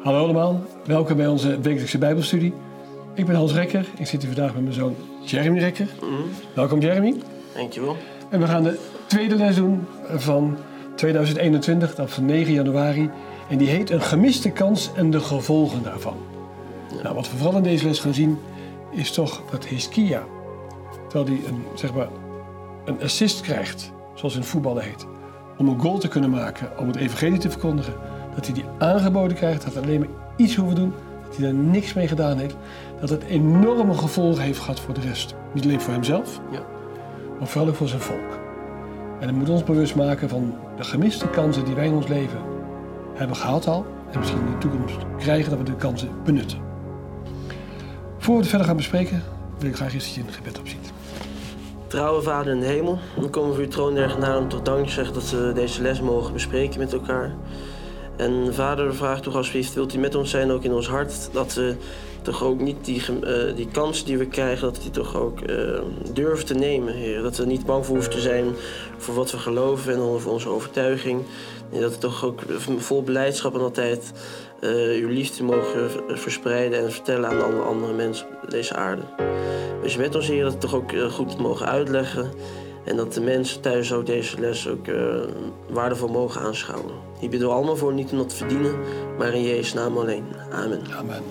Hallo allemaal, welkom bij onze wekelijkse Bijbelstudie. Ik ben Hans Rekker, ik zit hier vandaag met mijn zoon Jeremy Rekker. Welkom Jeremy. Dankjewel. En we gaan de tweede les doen van 2021, dat van 9 januari. En die heet Een gemiste kans en de gevolgen daarvan. Ja. Nou, wat we vooral in deze les gaan zien is toch dat Hiskia, terwijl hij een assist krijgt, zoals in voetballen heet, om een goal te kunnen maken, om het evangelie te verkondigen, dat hij die aangeboden krijgt, dat hij alleen maar iets hoeft doen, dat hij daar niks mee gedaan heeft, dat het enorme gevolgen heeft gehad voor de rest. Niet alleen voor hemzelf, maar vooral ook voor zijn volk. En het moet ons bewust maken van de gemiste kansen die wij in ons leven hebben gehad al, en misschien in de toekomst krijgen, dat we de kansen benutten. Voor we het verder gaan bespreken, wil ik graag eerst dat je een gebed opziet. Trouwe Vader in de hemel, dan komen we voor uw troon der genade om toch dank te zeggen dat we deze les mogen bespreken met elkaar. En Vader, we vragen toch alsjeblieft, wilt u met ons zijn ook in ons hart, dat we toch ook niet die kans die we krijgen, dat we die toch ook durven te nemen, Heer. Dat we niet bang voor hoeven te zijn voor wat we geloven en voor onze overtuiging. En dat we toch ook vol blijdschap en altijd uw liefde mogen verspreiden en vertellen aan alle andere mensen op deze aarde. Dus met ons, Heer, dat we toch ook goed mogen uitleggen. En dat de mensen thuis ook deze les ook waardevol mogen aanschouwen. Hier bidden we allemaal voor, niet om dat te verdienen, maar in Jezus' naam alleen. Amen. Amen.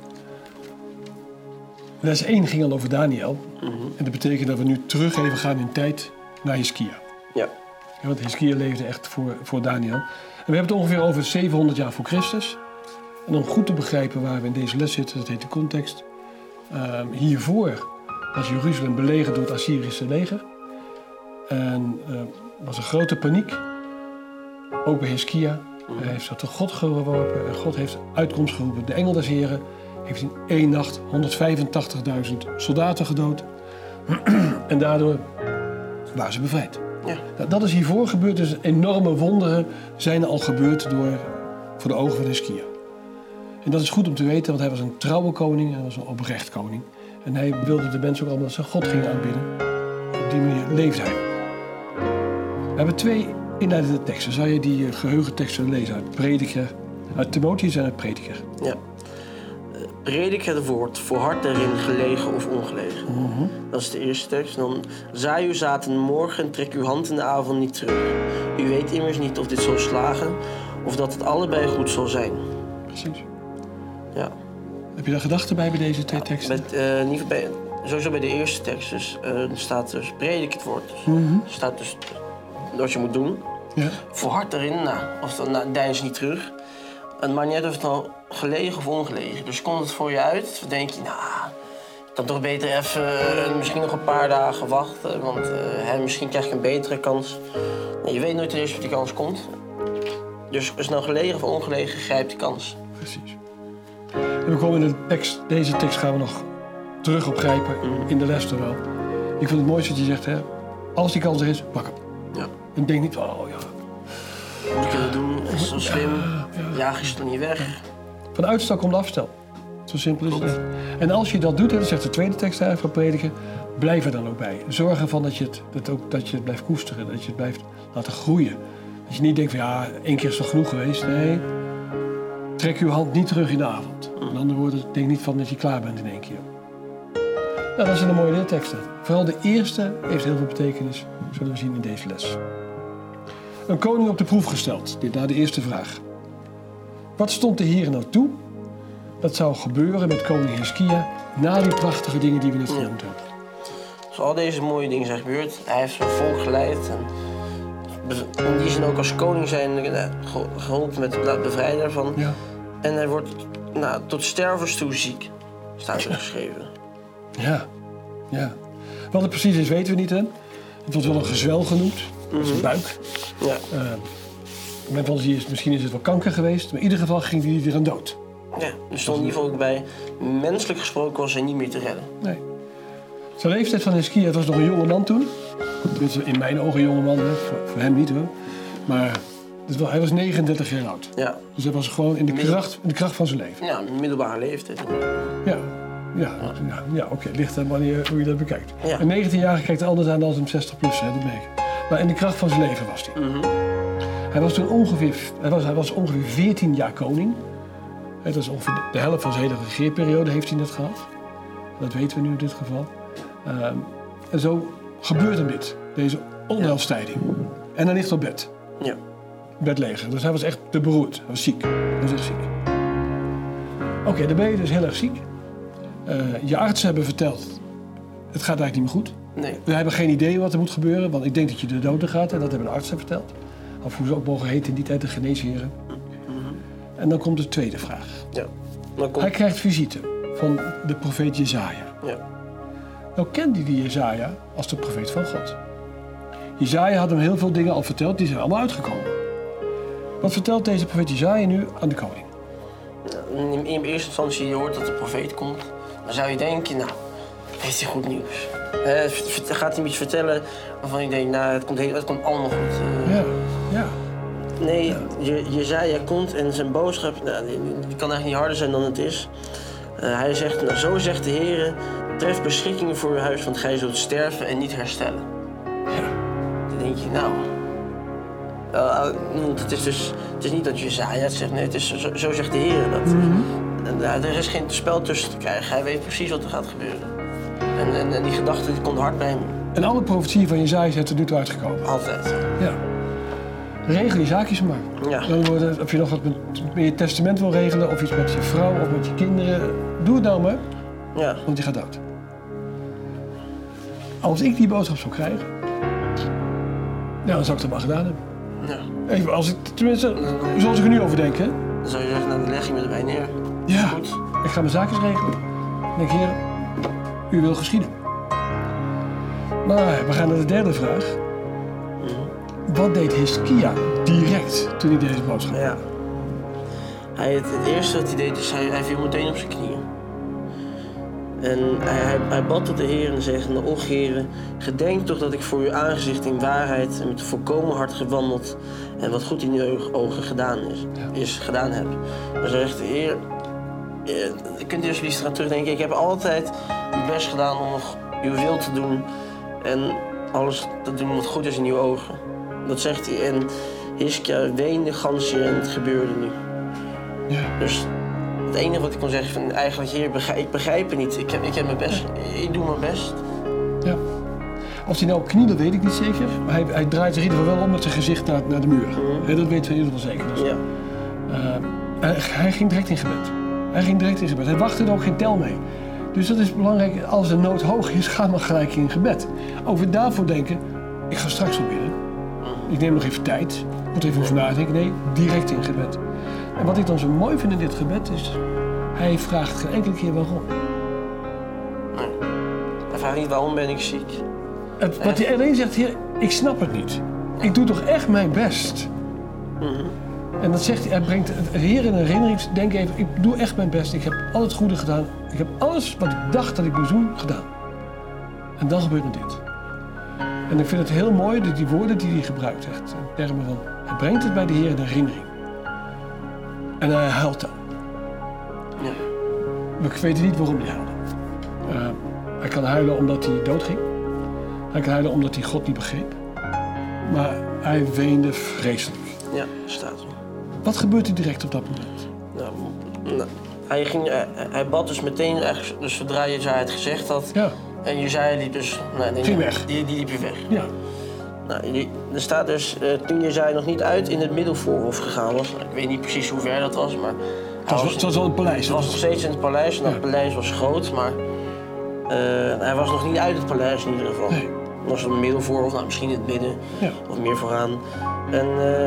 Les 1 ging al over Daniel. En dat betekent dat we nu terug even gaan in tijd naar Hiskia. Ja. Want Hiskia leefde echt voor Daniel. En we hebben het ongeveer over 700 jaar voor Christus. En om goed te begrijpen waar we in deze les zitten, dat heet de context. Hiervoor was Jeruzalem belegerd door het Assyrische leger. En was een grote paniek. Ook bij Hiskia. Hij heeft zich tot God geworpen en God heeft uitkomst geroepen. De engel des Heren heeft in één nacht 185.000 soldaten gedood. En daardoor waren ze bevrijd. Ja. Nou, dat is hiervoor gebeurd. Dus enorme wonderen zijn al gebeurd voor de ogen van Hiskia. En dat is goed om te weten, want hij was een trouwe koning en hij was een oprecht koning. En hij wilde de mensen ook allemaal dat ze God gingen aanbidden. Op die manier leefde hij. We hebben 2 inleidende teksten. Zou je die geheugenteksten lezen uit Prediker, uit Timotheus en uit Prediker? Ja. Predik het woord, volhard daarin, gelegen of ongelegen. Dat is de eerste tekst. Dan zaai uw zaad in de morgen en trek uw hand in de avond niet terug. U weet immers niet of dit zal slagen of dat het allebei goed zal zijn. Precies. Ja. Heb je daar gedachten bij deze 2 teksten? Sowieso bij de eerste tekst. Dus, er staat dus predik het woord. Er staat dus wat je moet doen. Ja. Volhard daarin, of dan deins niet terug. Het maakt niet uit of het nou gelegen of ongelegen. Dus komt het voor je uit, dan denk je, ik kan toch beter even misschien nog een paar dagen wachten. Want misschien krijg ik een betere kans. Je weet nooit eerst of die kans komt. Dus is het nou gelegen of ongelegen, grijp die kans. Precies. En we komen in deze tekst gaan we nog terug opgrijpen in de les wel. Ik vind het mooiste dat je zegt, als die kans er is, pak hem. Ja. En denk niet, moet ik het doen? Dat is zo slim. Jaag je het niet weg. Van uitstel komt afstel. Zo simpel is het. En als je dat doet, dat zegt de tweede tekst van Prediker, blijf er dan ook bij. Zorg ervan dat je het blijft koesteren, dat je het blijft laten groeien. Dat je niet denkt van 1 keer is toch genoeg geweest. Nee, trek uw hand niet terug in de avond. Met andere woorden, denk niet van dat je klaar bent in 1 keer. Nou, dat zijn de mooie leerteksten. Vooral de eerste heeft heel veel betekenis, zullen we zien in deze les. Een koning op de proef gesteld, dit na de eerste vraag. Wat stond de Heer nou toe? Dat zou gebeuren met koning Hiskia na die prachtige dingen die we net genoemd hebben. Dus al deze mooie dingen zijn gebeurd. Hij heeft zijn volk geleid. En in die zin ook als koning zijn geholpen met het bevrijden daarvan. Ja. En hij wordt tot stervens toe ziek, staat er geschreven. Ja. Wat het precies is, weten we niet, hè? Het wordt wel een gezwel genoemd. Dat is een buik. Ja. Misschien is het wel kanker geweest, maar in ieder geval ging hij weer aan dood. Ja, er stond in ieder geval ook bij, menselijk gesproken was hij niet meer te redden. Nee. Zijn leeftijd van Hiskia, het was nog een jonge man toen. Tenminste, in mijn ogen een jonge man, hè? Voor hem niet hoor. Maar hij was 39 jaar oud. Ja. Dus hij was gewoon in de kracht van zijn leven. Ja, een middelbare leeftijd. Ja, oké. Ligt aan hoe je dat bekijkt. Ja. Een 19-jarige kijkt er anders aan dan een 60-plus, hè, dat merk ik. Maar in de kracht van zijn leven was hij. Hij was toen ongeveer 14 jaar koning. Dat is ongeveer de helft van zijn hele regeerperiode heeft hij net gehad. Dat weten we nu in dit geval. En zo gebeurt hem dit. Deze onheilstijding. En hij ligt op bed. Ja. Bedleger. Dus hij was echt te beroerd. Hij was ziek. Hij was echt ziek. Oké, dan ben je dus heel erg ziek. Je artsen hebben verteld, het gaat eigenlijk niet meer goed. Nee. We hebben geen idee wat er moet gebeuren, want ik denk dat je de dood in gaat. En dat hebben de artsen verteld. Of hoe ze ook mogen heten in die tijd, de geneesheren. En dan komt de tweede vraag. Ja. Hij krijgt visite van de profeet Jesaja. Ja. Nou kende die Jesaja als de profeet van God. Jesaja had hem heel veel dingen al verteld, die zijn allemaal uitgekomen. Wat vertelt deze profeet Jesaja nu aan de koning? In eerste instantie je hoort dat de profeet komt. Dan zou je denken, nou, heeft hij goed nieuws. Gaat hij iets vertellen waarvan je denkt, nou, het komt allemaal goed. Ja. Nee, Jesaja komt en zijn boodschap, nou, die kan eigenlijk niet harder zijn dan het is. Hij zegt, nou, zo zegt de Heer, tref beschikkingen voor uw huis, want gij zult sterven en niet herstellen. Ja. Dan denk je, nou... het is niet dat Jesaja het zegt, nee, het is zo zegt de Heer dat. En er is geen spel tussen te krijgen, hij weet precies wat er gaat gebeuren. En die gedachte die komt hard bij hem. En alle profetieën van Jesaja zijn tot nu toe uitgekomen. Altijd. Ja. Regel je zaakjes maar. Ja. Dan wordt of je nog wat met je testament wil regelen, of iets met je vrouw of met je kinderen. Doe het nou maar, Ja. want je gaat dood. Als ik die boodschap zou krijgen, ja, dan zou ik dat maar gedaan hebben. Ja. Even, als ik, tenminste, zoals ik er nu over denk, hè. Dan zou je zeggen, nou, dan leg je me erbij neer. Ja, Goed. ik ga mijn zaakjes regelen. Dan denk ik, heer, u wil geschieden. Maar we gaan naar de derde vraag. Wat deed Hiskia direct toen hij deze boodschap had? Ja. Het eerste wat hij deed is, hij viel meteen op zijn knieën. En hij bad tot de Heer en zegt, och Heere, gedenk toch dat ik voor uw aangezicht in waarheid en met een volkomen hart gewandeld en wat goed in uw ogen gedaan gedaan heb. Dan zegt de Heer, kunt u alsjeblieft gaan terugdenken, ik heb altijd mijn best gedaan om nog uw wil te doen en alles te doen wat goed is in uw ogen. Dat zegt hij en Hiskia weende gansje en het gebeurde nu. Ja. Dus het enige wat ik kon zeggen van eigenlijk, Heer, ik begrijp het niet. Ik heb mijn best. Ik doe mijn best. Ja. Of hij nou op knielen, weet ik niet zeker. Maar hij draait zich in ieder geval wel om met zijn gezicht naar de muur. Ja, dat weten we in ieder geval zeker. Dus, Ja. hij ging direct in gebed. Hij wachtte er ook geen tel mee. Dus dat is belangrijk. Als de nood hoog is, ga maar gelijk in gebed. Over daarvoor denken, ik ga straks wel bidden. Ik neem nog even tijd. Ik moet even over nadenken. Nee, direct in gebed. En wat ik dan zo mooi vind in dit gebed is, hij vraagt geen enkele keer waarom. Nee. Hij vraagt niet waarom ben ik ziek. Wat hij alleen zegt, Heer, ik snap het niet. Ik doe toch echt mijn best. En dat zegt hij brengt de Heer in herinnering. Denk even, ik doe echt mijn best. Ik heb al het goede gedaan. Ik heb alles wat ik dacht dat ik moest doen, gedaan. En dan gebeurt er dit. En ik vind het heel mooi, dat die woorden die hij gebruikt, echt in termen van, hij brengt het bij de Heer in herinnering. En hij huilt dan. Ja. We weten niet waarom hij huilde. Hij kan huilen omdat hij doodging. Hij kan huilen omdat hij God niet begreep. Maar hij weende vreselijk. Ja, staat er. Wat gebeurt er direct op dat moment? Nou, hij bad dus meteen, eigenlijk, dus zodra Jesaja het gezegd had. Ja. En Jesaja liep dus... Ging weg. Die liep weer weg. Ja. Nou, er staat dus, toen Jesaja nog niet uit in het middelvoorhof gegaan was. Ik weet niet precies hoe ver dat was, maar... Het was wel een paleis. Het was nog steeds in het paleis. Nou, het paleis was groot, maar... hij was nog niet uit het paleis in ieder geval. Nee. Het was een middelvoorhof, nou, misschien in het midden. Ja. Of meer vooraan. En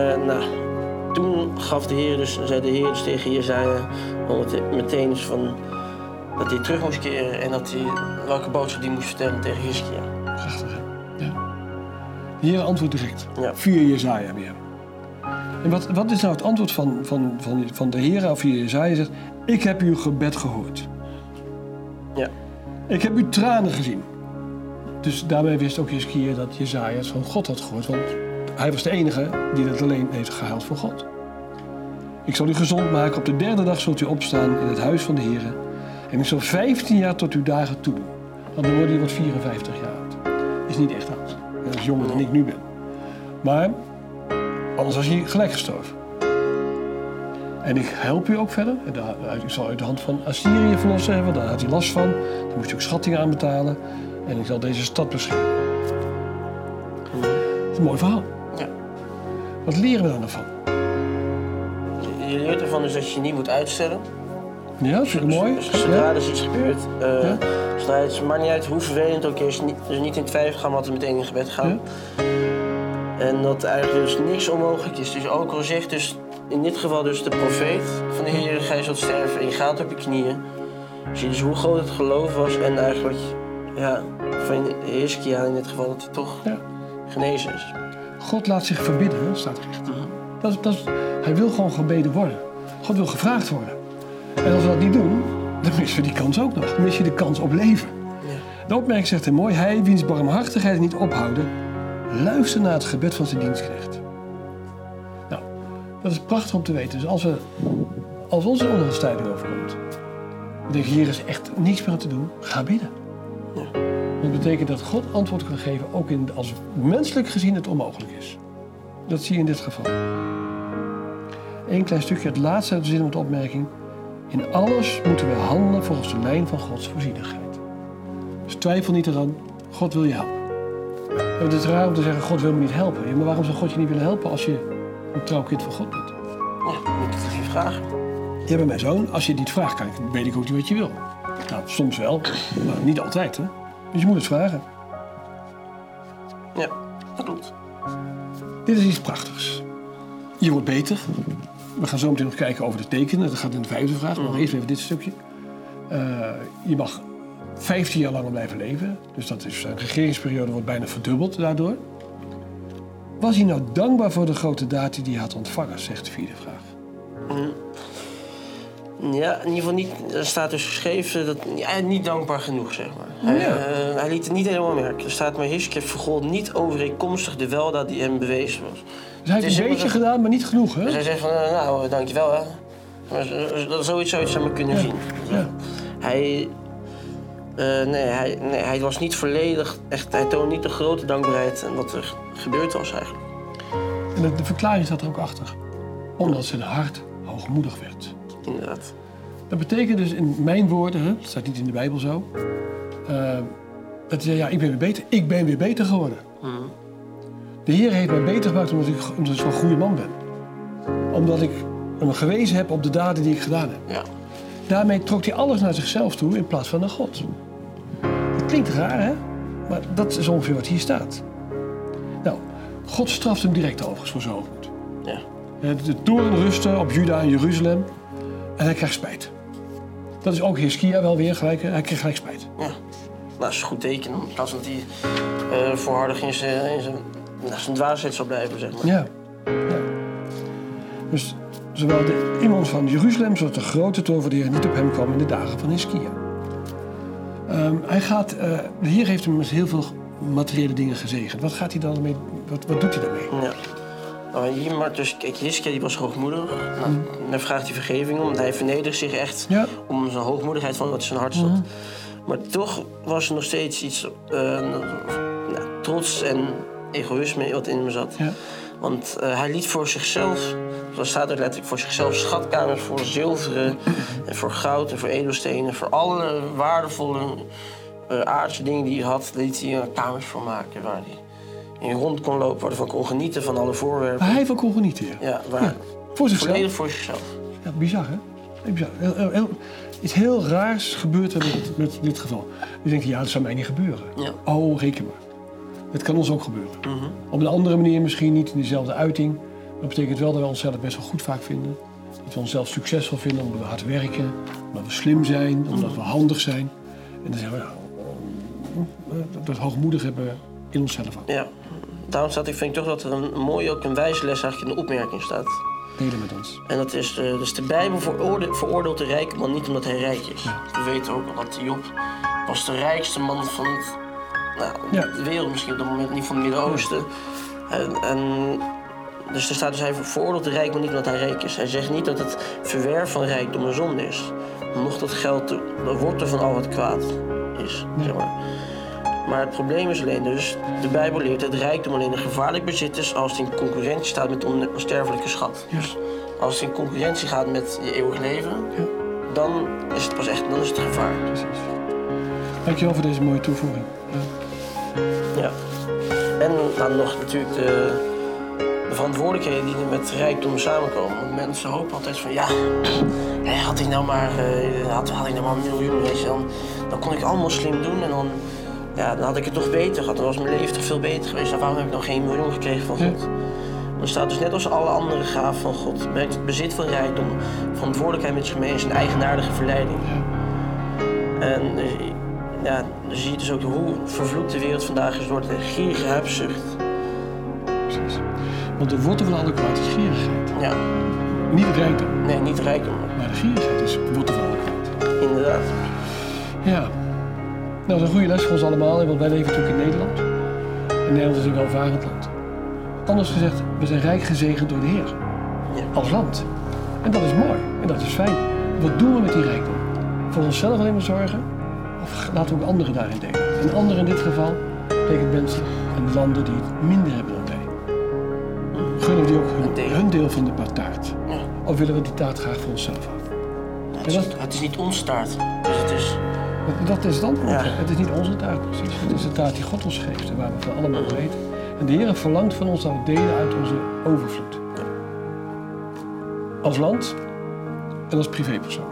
toen zei de Heer dus tegen Jesaja meteen dus van... dat hij terug moest keren en dat hij welke boodschap die moest vertellen tegen Hiskia. Prachtig, hè? Ja. De Heer antwoordt direct. Ja. Via Jesaja weer. En wat is nou het antwoord van de Heer of via Jesaja? Zegt, ik heb uw gebed gehoord. Ja. Ik heb uw tranen gezien. Dus daarmee wist ook Hiskia dat Jesaja het van God had gehoord. Want hij was de enige die dat alleen heeft gehuild voor God. Ik zal u gezond maken. Op de derde dag zult u opstaan in het huis van de Heer. En ik zal 15 jaar tot uw dagen toe doen. Want dan wordt hij 54 jaar oud. Is niet echt oud. Dat is jonger dan ik nu ben. Maar anders was hij gelijk gestorven. En ik help u ook verder. Ik zal uit de hand van Assyrië verlossen hebben, daar had hij last van. Daar moest hij ook schattingen aan betalen. En ik zal deze stad beschermen. Dat is een mooi verhaal. Ja. Wat leren we daar nou van? Je leert ervan dus dat je niet moet uitstellen. Ja, dat vind ik mooi. Dus zodra er iets gebeurt, zodra het maakt niet uit hoe vervelend het ook is, dus niet in twijfel gaan, maar meteen in gebed gaan. Ja. En dat eigenlijk dus niks onmogelijk is. Dus ook al zegt dus in dit geval dus de profeet van de Heer, gij zult sterven en je gaat op je knieën. Zie je dus hoe groot het geloof was en eigenlijk van Hiskia in dit geval dat hij toch genezen is. God laat zich verbidden, staat er echt. Hij wil gewoon gebeden worden. God wil gevraagd worden. En als we dat niet doen, dan missen we die kans ook nog. Dan mis je de kans op leven. Ja. De opmerking zegt hij mooi, hij wiens barmhartigheid niet ophouden, luister naar het gebed van zijn dienstknecht. Nou, dat is prachtig om te weten. Dus als onze onderscheiding overkomt, dan denk je, hier is echt niks meer aan te doen, ga bidden. Ja. Dat betekent dat God antwoord kan geven, ook als menselijk gezien het onmogelijk is. Dat zie je in dit geval. Eén klein stukje, het laatste uit de zin van de opmerking. In alles moeten we handelen volgens de lijn van Gods voorzienigheid. Dus twijfel niet eraan, God wil je helpen. En het is raar om te zeggen, God wil me niet helpen. Ja, maar waarom zou God je niet willen helpen als je een trouw kind van God bent? Ja, je moet het even vragen. Ja, bij mijn zoon, als je het niet vraagt, weet ik ook niet wat je wil. Nou, soms wel, maar niet altijd, hè. Dus je moet het vragen. Ja, dat klopt. Dit is iets prachtigs. Je wordt beter. We gaan zo meteen nog kijken over de tekenen. Dat gaat in de 5e vraag, maar eerst even dit stukje. Je mag 15 jaar langer blijven leven. Dus dat is, zijn regeringsperiode wordt bijna verdubbeld daardoor. Was hij nou dankbaar voor de grote daad die hij had ontvangen, zegt de 4e vraag. Ja, in ieder geval niet. Er staat dus geschreven dat hij niet dankbaar genoeg, zeg maar. Hij liet het niet helemaal merken. Er staat maar Hiskia vergold niet overeenkomstig de weldaad die hem bewezen was. Dus hij heeft een beetje gedaan, maar niet genoeg, hè? Dus hij zegt van, nou, dankjewel, hè. Maar zoiets zou je het maar kunnen zien. Ja. Hij was niet volledig, echt, hij toonde niet de grote dankbaarheid en wat er gebeurd was eigenlijk. En de verklaring staat er ook achter. Omdat zijn hart hoogmoedig werd. Inderdaad. Dat betekent dus in mijn woorden, hè, het staat niet in de Bijbel zo, dat hij zei, ja, ik ben weer beter geworden. De Heer heeft mij beter gemaakt omdat ik zo'n goede man ben. Omdat ik hem gewezen heb op de daden die ik gedaan heb. Ja. Daarmee trok hij alles naar zichzelf toe in plaats van naar God. Dat klinkt raar, hè? Maar dat is ongeveer wat hier staat. Nou, God straft hem direct overigens voor zijn hoogmoed. Ja. De toorn rustte op Juda en Jeruzalem en hij krijgt spijt. Dat is ook Hiskia wel weer gelijk, hij kreeg gelijk spijt. Ja. Nou, dat is een goed teken. In plaats van dat hij volhardig in zijn dwaasheid zal blijven, zeg maar. Ja. Dus zowel de inwoners van Jeruzalem als de grote toorn van de Heer niet op hem kwam in de dagen van Hiskia. De Heer heeft hem met heel veel materiële dingen gezegend. Wat gaat hij dan mee? Wat doet hij daarmee? Ja. Nou, hier maar dus, kijk, Hiskia die was hoogmoedig. Nou, daar vraagt hij vergeving om, want hij vernedert zich echt om zijn hoogmoedigheid van wat in zijn hart zat. Maar toch was er nog steeds iets trots en egoïsme wat in hem zat. Ja. Want hij liet voor zichzelf, zoals staat er letterlijk, voor zichzelf schatkamers voor zilveren en voor goud en voor edelstenen. Voor alle waardevolle aardse dingen die hij had, liet hij kamers voor maken waar hij in rond kon lopen, waar hij van kon genieten van alle voorwerpen. Waar hij van kon genieten, ja. Voor zichzelf. Volledig voor zichzelf. Ja, bizar, hè? Bizar. Iets heel raars gebeurt er met dit geval. Je denkt, ja, dat zou mij niet gebeuren. Ja. Oh, reken maar. Het kan ons ook gebeuren. Op een andere manier misschien, niet in dezelfde uiting. Dat betekent wel dat we onszelf best wel goed vaak vinden. Dat we onszelf succesvol vinden omdat we hard werken. Omdat we slim zijn, omdat we handig zijn. En dan zeggen we, dat hoogmoedig hebben we in onszelf ook. Ja, daarom vind ik toch dat er een wijze les eigenlijk in de opmerking staat. Delen met ons. En dat is, dus de Bijbel veroordeelt de rijke man niet omdat hij rijk is. Ja. We weten ook al dat Job was de rijkste man van de wereld, misschien op dat moment niet van het Midden-Oosten. Ja. Dus er staat dus, hij veroordeelt de rijke man niet omdat hij rijk is. Hij zegt niet dat het verwerf van rijkdom een zonde is. Mocht dat geld de wortel van al wat kwaad is, zeg maar. Maar het probleem is alleen dus, de Bijbel leert dat rijkdom alleen een gevaarlijk bezit is als het in concurrentie staat met de onsterfelijke schat. Ja. Dus als het in concurrentie gaat met je eeuwig leven, dan is het pas echt, dan is het gevaar. Precies. Dankjewel voor deze mooie toevoeging. Ja. En dan nog natuurlijk de verantwoordelijkheden die er met rijkdom samenkomen. Want mensen hopen altijd van had ik nou maar een miljoen, weet je, dan kon ik allemaal slim doen en dan had ik het toch beter gehad. Dan was mijn leven toch veel beter geweest. En waarom heb ik nog geen miljoen gekregen van God? Dan staat dus net als alle andere gaven van God, met het bezit van rijkdom, verantwoordelijkheid met zich mee is een eigenaardige verleiding. En dan zie je dus ook hoe vervloekt de wereld vandaag is door de gierige hebzucht. Precies. Want de wortel van alle kwaad is gierigheid. Ja. Niet rijkdom. Nee, niet rijkdom. Maar de gierigheid is de wortel van alle kwaad. Inderdaad. Ja. Nou, dat is een goede les voor ons allemaal, want wij leven natuurlijk in Nederland. En Nederland is een welvarend land. Anders gezegd, we zijn rijk gezegend door de Heer. Ja. Als land. En dat is mooi. En dat is fijn. Wat doen we met die rijkdom? Voor onszelf alleen maar zorgen? Of laten we ook anderen daarin delen? En anderen in dit geval betekent mensen en landen die het minder hebben dan wij. Gunnen we die ook hun deel van de taart? Ja. Of willen we die taart graag voor onszelf houden? Het is niet onze taart. Dus het is... Dat is het antwoord. Ja. Het is niet onze taart precies. Het is de taart die God ons geeft en waar we van allemaal mogen eten. En de Heer verlangt van ons dat we delen uit onze overvloed. Als land en als privépersoon.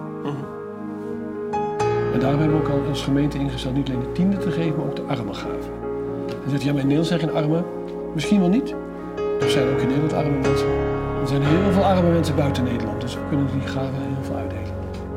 En daarom hebben we ook al als gemeente ingesteld niet alleen de tiende te geven, maar ook de armengaven. Dan zegt maar in Nederland zijn geen armen. Misschien wel niet. Er zijn ook in Nederland arme mensen. Er zijn heel veel arme mensen buiten Nederland, dus we kunnen die gaven heel veel uitdelen.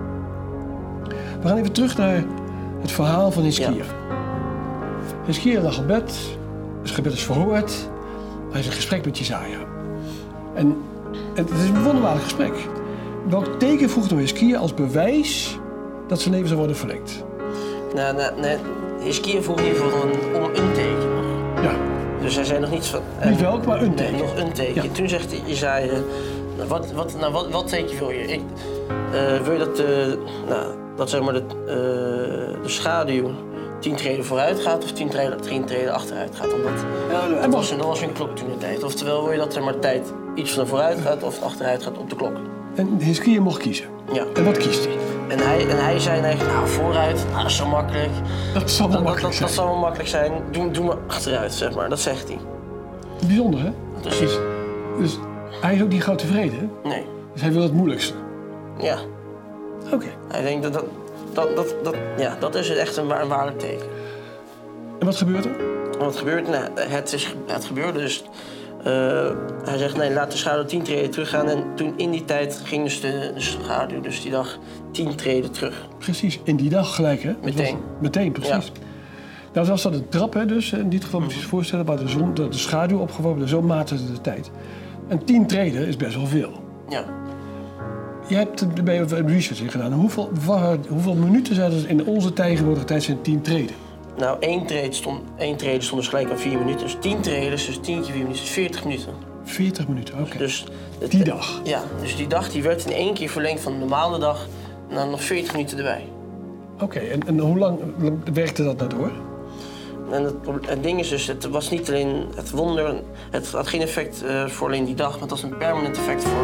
We gaan even terug naar het verhaal van Hiskia. Ja. Hiskia lag op bed, zijn gebed is verhoord. Hij is in gesprek met Jesaja. En het is een wonderbaarlijk gesprek. Welk teken vroeg door Hiskia als bewijs dat zijn leven zou worden verlengd? Nee, Hiskia vroeg in ieder geval om een teken nog. Ja. Dus hij zei nog niets van... Niet welk, maar een teken. Nee, nog een teken. Ja. Toen zegt Jesaja, wat teken wil je? Wil je dat zeg maar de schaduw 10 treden vooruit gaat of 10 treden achteruit gaat? Omdat dat was een klok toen de tijd. Oftewel wil je dat de tijd iets naar vooruit gaat of achteruit gaat op de klok. En Hiskia mocht kiezen. Ja. En wat kiest hij? En hij zei eigenlijk, vooruit, dat is zo makkelijk. Dat zal wel makkelijk zijn. Dat zal wel makkelijk zijn. Doe maar achteruit, zeg maar. Dat zegt hij. Bijzonder, hè? Precies. Dus hij is ook niet gauw tevreden, hè? Nee. Dus hij wil het moeilijkste. Ja. Oké. Hij denkt dat is echt een waarlijk teken. En wat gebeurt er? Wat gebeurt? Nou, het gebeurde dus. Hij zegt, nee, laat de schaduw 10 treden teruggaan. En toen in die tijd ging dus de schaduw, dus die dag 10 treden terug. Precies, in die dag gelijk, hè? Meteen. Meteen, precies. Ja. Nou, was dat een trap, hè, dus. In dit geval moet je je voorstellen, waar de schaduw opgeworpen werd. Zo maakte ze de tijd. En 10 treden is best wel veel. Ja. Jij hebt er bij research in gedaan. Hoeveel minuten zijn er in onze tegenwoordige tijd zijn 10 treden? Nou, 1 trede stond dus gelijk aan 4 minuten. Dus 10 treden, dus 10 keer 4 minuten, is 40 minuten. 40 minuten, oké. Dus die dag? Ja, dus die dag die werd in 1 keer verlengd van de normale dag naar nog 40 minuten erbij. Oké, en hoe lang werkte dat nou door? En het ding is dus, het was niet alleen het wonder, het had geen effect voor alleen die dag, maar het was een permanent effect voor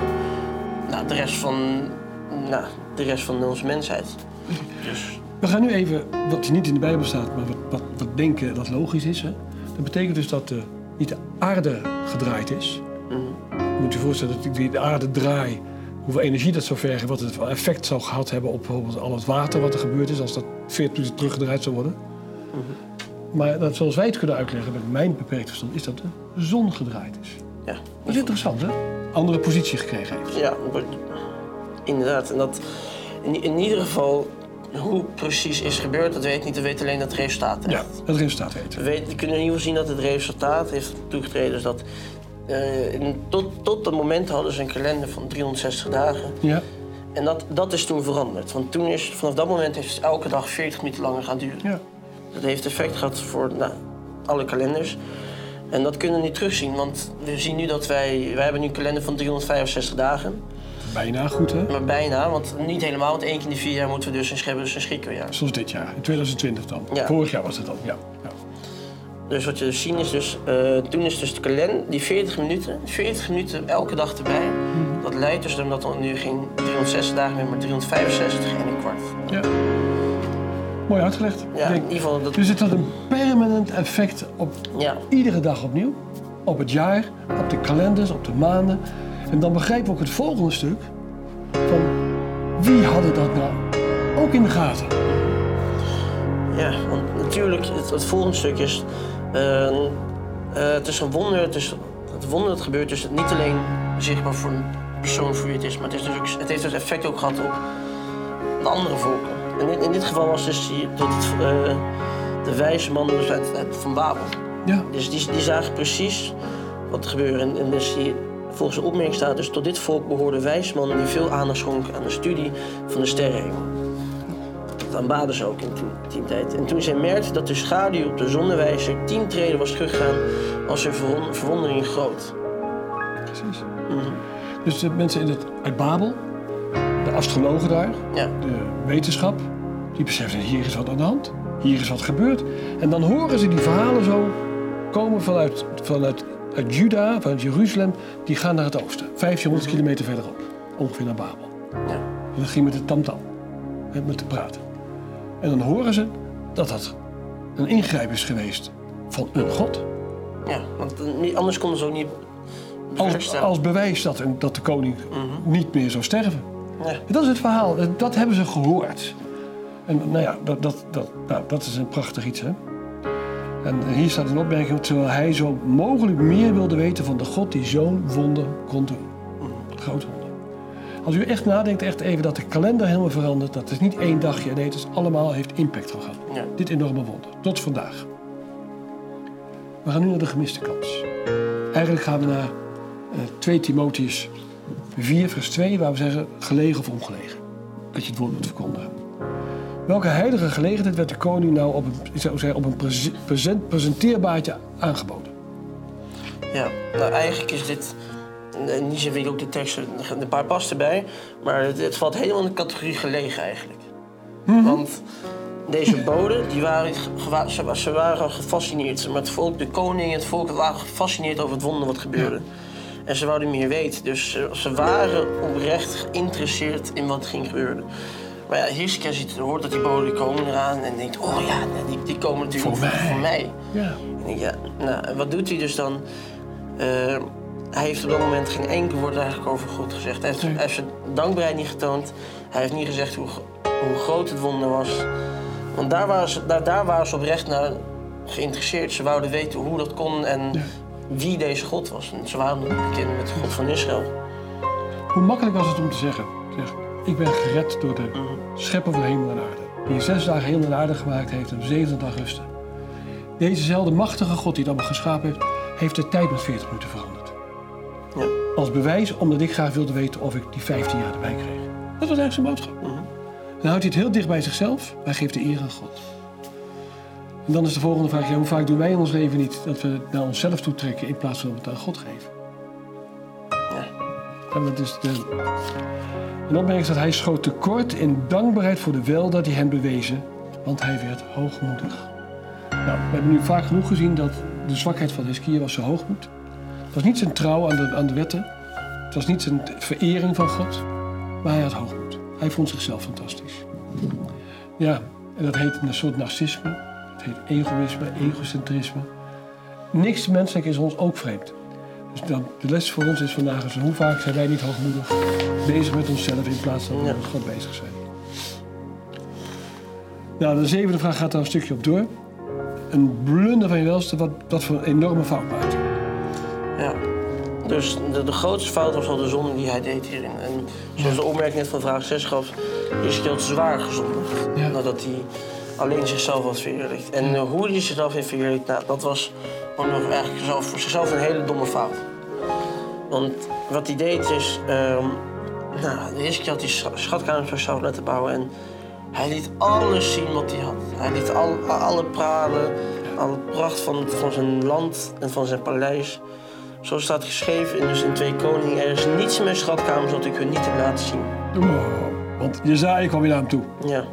de rest van onze mensheid. Dus. We gaan nu even, wat niet in de Bijbel staat, maar wat denken dat logisch is. Hè? Dat betekent dus dat niet de aarde gedraaid is. Je moet je voorstellen dat de aarde draait, hoeveel energie dat zou vergen, wat het effect zou gehad hebben op bijvoorbeeld al het water wat er gebeurd is, als dat 40 minuten teruggedraaid zou worden. Maar dat, zoals wij het kunnen uitleggen met mijn beperkt verstand, is dat de zon gedraaid is. Ja. Dat is interessant, hè? Andere positie gekregen heeft. Ja, inderdaad. En dat in ieder geval, hoe precies is gebeurd, dat weet ik niet. We weten alleen dat het resultaat heeft. Ja, het resultaat weten. We kunnen in ieder geval zien dat het resultaat heeft toegetreden. Dus dat tot dat moment hadden ze een kalender van 360 dagen. Ja. En dat is toen veranderd. Want vanaf dat moment heeft het elke dag 40 minuten langer gaan duren. Ja. Dat heeft effect gehad voor alle kalenders. En dat kunnen we niet terugzien, want we zien nu dat wij hebben nu een kalender van 365 dagen. Bijna goed, hè? Maar bijna, want niet helemaal, want 1 keer in de 4 jaar moeten we dus hebben dus een schrikkeljaar. Zoals dit jaar, in 2020 dan. Ja. Vorig jaar was het dan, ja. Dus wat je dus zien is dus, toen is dus de kalender, die 40 minuten elke dag erbij, dat leidt dus dat er nu geen 360 dagen meer, maar 365 en een kwart. Ja. Mooi uitgelegd. Ja, in ieder geval dat... Dus het had een permanent effect op iedere dag opnieuw. Op het jaar, op de kalenders, op de maanden. En dan begrijpen we ook het volgende stuk. Van wie hadden dat nou ook in de gaten? Ja, want natuurlijk, het volgende stuk is... het is een wonder, het wonder dat gebeurt dus niet alleen zichtbaar voor een persoon voor wie het is, maar het heeft dus effect ook gehad op de andere volken. En in dit geval was dus de wijze mannen dus van Babel. Ja. Dus die zagen precies wat er gebeurde. En dus volgens de opmerking staat dus tot dit volk behoorden wijze mannen die veel aandacht schonken aan de studie van de sterrenhemel. Dat aanbaden ze ook in die tijd. En toen zij merkte dat de schaduw op de zonnewijzer 10 treden was teruggegaan, was hun verwondering groot. Precies. Dus de mensen uit Babel, de astrologen daar, de wetenschap, die beseffen hier is wat aan de hand. Hier is wat gebeurd. En dan horen ze die verhalen zo komen vanuit Juda, vanuit Jeruzalem. Die gaan naar het oosten. 1500 kilometer verderop. Ongeveer naar Babel. Ja. En dat ging met de tamtam. Met te praten. En dan horen ze dat dat een ingrijp is geweest van een god. Ja, want anders konden ze ook niet als bewijs dat de koning niet meer zou sterven. Ja. Dat is het verhaal. Dat hebben ze gehoord. En nou ja, dat is een prachtig iets, hè. En hier staat een opmerking, terwijl hij zo mogelijk meer wilde weten van de God die zo'n wonder kon doen. Groot wonder. Als u echt nadenkt, echt even dat de kalender helemaal verandert, dat is niet één dagje, nee, het is allemaal heeft impact gehad. Ja. Dit enorme wonder, tot vandaag. We gaan nu naar de gemiste kans. Eigenlijk gaan we naar 2 Timotheus 4 vers 2, waar we zeggen gelegen of ongelegen. Dat je het woord moet verkondigen. Welke heilige gelegenheid werd de koning nou op een presenteerbaartje aangeboden? Ja, nou eigenlijk is dit... In die zin vind ik ook de tekst, een paar past erbij, maar het valt helemaal in de categorie gelegen eigenlijk. Want deze boden, ze waren gefascineerd. Maar het volk, de koning en het volk waren gefascineerd over het wonder wat gebeurde. En ze wouden meer weten, dus ze waren oprecht geïnteresseerd in wat ging gebeuren. Maar ja, Hiskia hoort dat die boden komen eraan en denkt, oh ja, die komen natuurlijk voor mij. Ja. En ik, wat doet hij dus dan? Hij heeft op dat moment geen enkel woord eigenlijk over God gezegd. Hij heeft zijn dankbaarheid niet getoond. Hij heeft niet gezegd hoe groot het wonder was. Want daar waren ze oprecht naar geïnteresseerd. Ze wouden weten hoe dat kon en wie deze God was. En ze waren nog bekend met de God van Israël. Hoe makkelijk was het om te zeggen, ik ben gered door de schepper van hemel en aarde. Die 6 dagen hemel en aarde gemaakt heeft en op de 7e dag rustte. Dezezelfde machtige God die het allemaal geschapen heeft de tijd met 40 minuten veranderd. Ja. Als bewijs omdat ik graag wilde weten of ik die 15 jaar erbij kreeg. Dat was eigenlijk zijn boodschap. Dan houdt hij het heel dicht bij zichzelf. Hij geeft de eer aan God. En dan is de volgende vraag, hoe vaak doen wij in ons leven niet dat we het naar onszelf toe trekken in plaats van dat we het aan God geven? Ja. En dat is een opmerking dat hij schoot tekort in dankbaarheid voor de wel dat hij hem bewezen, want hij werd hoogmoedig. Nou, we hebben nu vaak genoeg gezien dat de zwakheid van Hiskia was zijn hoogmoed. Het was niet zijn trouw aan de wetten. Het was niet zijn verering van God. Maar hij had hoogmoed. Hij vond zichzelf fantastisch. Ja, en dat heet een soort narcisme. Het heet egoïsme, egocentrisme. Niks menselijk is ons ook vreemd. Dus de les voor ons is vandaag is, hoe vaak zijn wij niet hoogmoedig bezig met onszelf in plaats van met God bezig zijn. Nou, de 7e vraag gaat daar een stukje op door. Een blunder van je welste, wat voor een enorme fout maakt. Ja, dus de grootste fout was al de zonde die hij deed hierin. En zoals de opmerking net van vraag 6 gaf, is hij zwaar gezondigd. Ja. Nadat hij alleen zichzelf had verheerlijkt. En hoe hij zichzelf heeft verheerlijkt, dat was ook nog eigenlijk voor zichzelf een hele domme fout. Want wat hij deed is, de eerste keer had hij schatkamers voor zichzelf laten bouwen. En hij liet alles zien wat hij had. Hij liet alle pralen, alle pracht van zijn land en van zijn paleis. Zo staat geschreven in 2 Koningen. Er is niets in mijn schatkamers dat ik hun niet heb laten zien. Want Jesaja kwam weer naar hem toe. Ja.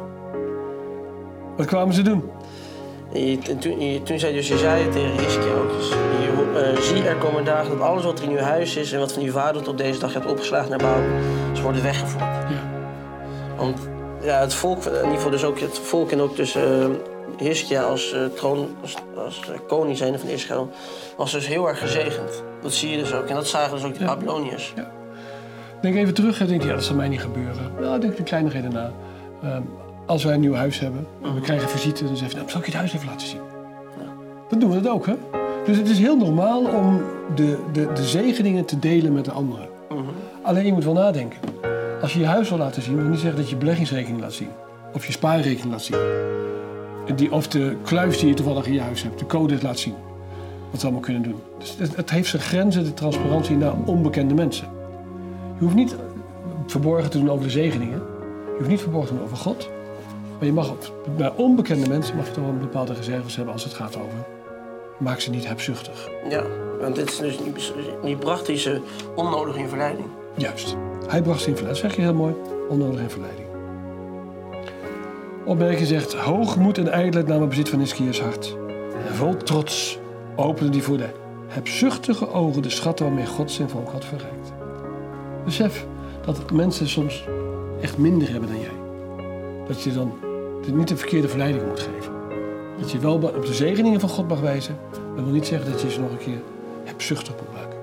Wat kwamen ze doen? Toen zei dus Jesaja tegen Hiskia ook. Dus zie, er komen dagen dat alles wat er in uw huis is en wat van uw vader tot deze dag hebt opgeslagen naar bouw, ze worden weggevoerd. Ja. Want ja, het volk, in ieder geval dus ook het volk en ook dus Hiskia als koning zijn van Israël, was dus heel erg gezegend. Dat zie je dus ook. En dat zagen dus ook de Babyloniërs. Ja. Denk even terug en denk, dat zal mij niet gebeuren. Nou, denk de kleinigheden na. Als wij een nieuw huis hebben en we krijgen visite, dan zeggen we, zal ik je het huis even laten zien? Ja. Dan doen we dat ook, hè? Dus het is heel normaal om de zegeningen te delen met de anderen. Alleen je moet wel nadenken. Als je je huis wil laten zien, wil je niet zeggen dat je beleggingsrekening laat zien. Of je spaarrekening laat zien. Of de kluis die je toevallig in je huis hebt, de code laat zien. Wat ze allemaal kunnen doen. Dus het heeft zijn grenzen, de transparantie, naar onbekende mensen. Je hoeft niet verborgen te doen over de zegeningen. Je hoeft niet verborgen te doen over God. Maar je mag bij onbekende mensen mag je toch wel een bepaalde reserves hebben als het gaat over. Maak ze niet hebzuchtig. Ja, want dit is dus niet praktisch onnodig in verleiding. Juist. Hij bracht ze in verleiding. Dat zeg je heel mooi. Onnodig in verleiding. Opmerking zegt, hoogmoed en ijdelheid namen bezit van Hiskia's hart. En vol trots opende die voor de hebzuchtige ogen de schatten waarmee God zijn volk had verrijkt. Besef dat mensen soms echt minder hebben dan jij. Dat je dan niet de verkeerde verleiding moet geven. Dat je wel op de zegeningen van God mag wijzen, maar dat wil niet zeggen dat je ze nog een keer hebzuchtig moet maken.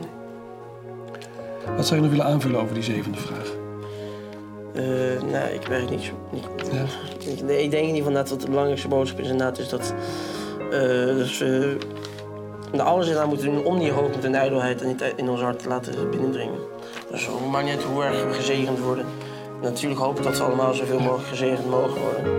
Wat zou je nog willen aanvullen over die zevende vraag? Nou, ik weet niet. Ja? Nee, ik denk in ieder geval dat wat de belangrijkste boodschap is inderdaad is dat we alles inderdaad moeten doen om die hoogmoed en ijdelheid in ons hart te laten binnendringen. Dus maakt niet uit hoe erg we gezegend worden. Natuurlijk hoop ik dat we allemaal zoveel mogelijk gezegend mogen worden.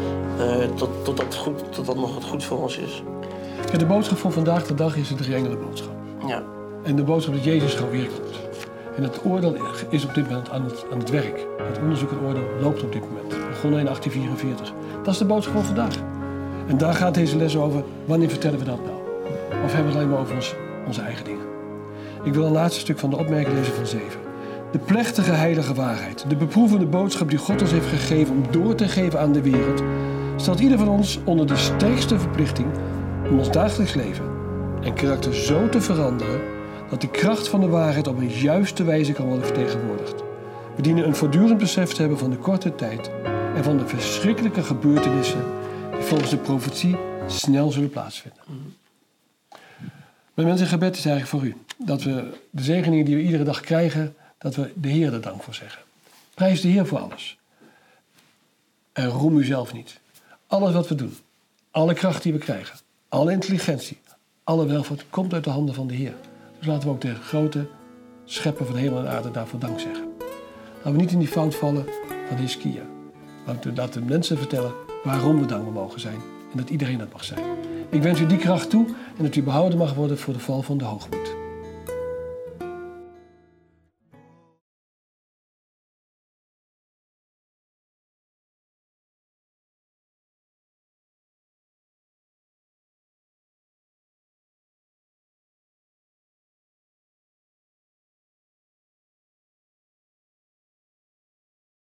Totdat nog wat goed voor ons is. Ja, de boodschap van vandaag de dag is de drieëngelenboodschap. Ja. En de boodschap dat Jezus gewoon weer komt. En het oordeel is op dit moment aan het werk. Het onderzoek en oordeel loopt op dit moment. Begonnen in 1844. Dat is de boodschap van vandaag. En daar gaat deze les over. Wanneer vertellen we dat nou? Of hebben we het alleen maar over onze eigen dingen? Ik wil een laatste stuk van de opmerking lezen van 7. De plechtige heilige waarheid, de beproevende boodschap die God ons heeft gegeven om door te geven aan de wereld, stelt ieder van ons onder de sterkste verplichting om ons dagelijks leven en karakter zo te veranderen dat de kracht van de waarheid op een juiste wijze kan worden vertegenwoordigd. We dienen een voortdurend besef te hebben van de korte tijd en van de verschrikkelijke gebeurtenissen die volgens de profetie snel zullen plaatsvinden. Mijn mensen, gebed is eigenlijk voor u. Dat we de zegeningen die we iedere dag krijgen, dat we de Heer er dank voor zeggen. Prijs de Heer voor alles. En roem u zelf niet. Alles wat we doen, alle kracht die we krijgen, alle intelligentie, alle welvaart komt uit de handen van de Heer. Dus laten we ook de grote schepper van hemel en aarde daarvoor dank zeggen. Laten we niet in die fout vallen van Hiskia. Laten we mensen vertellen waarom we dankbaar mogen zijn en dat iedereen dat mag zijn. Ik wens u die kracht toe en dat u behouden mag worden voor de val van de hoogmoed.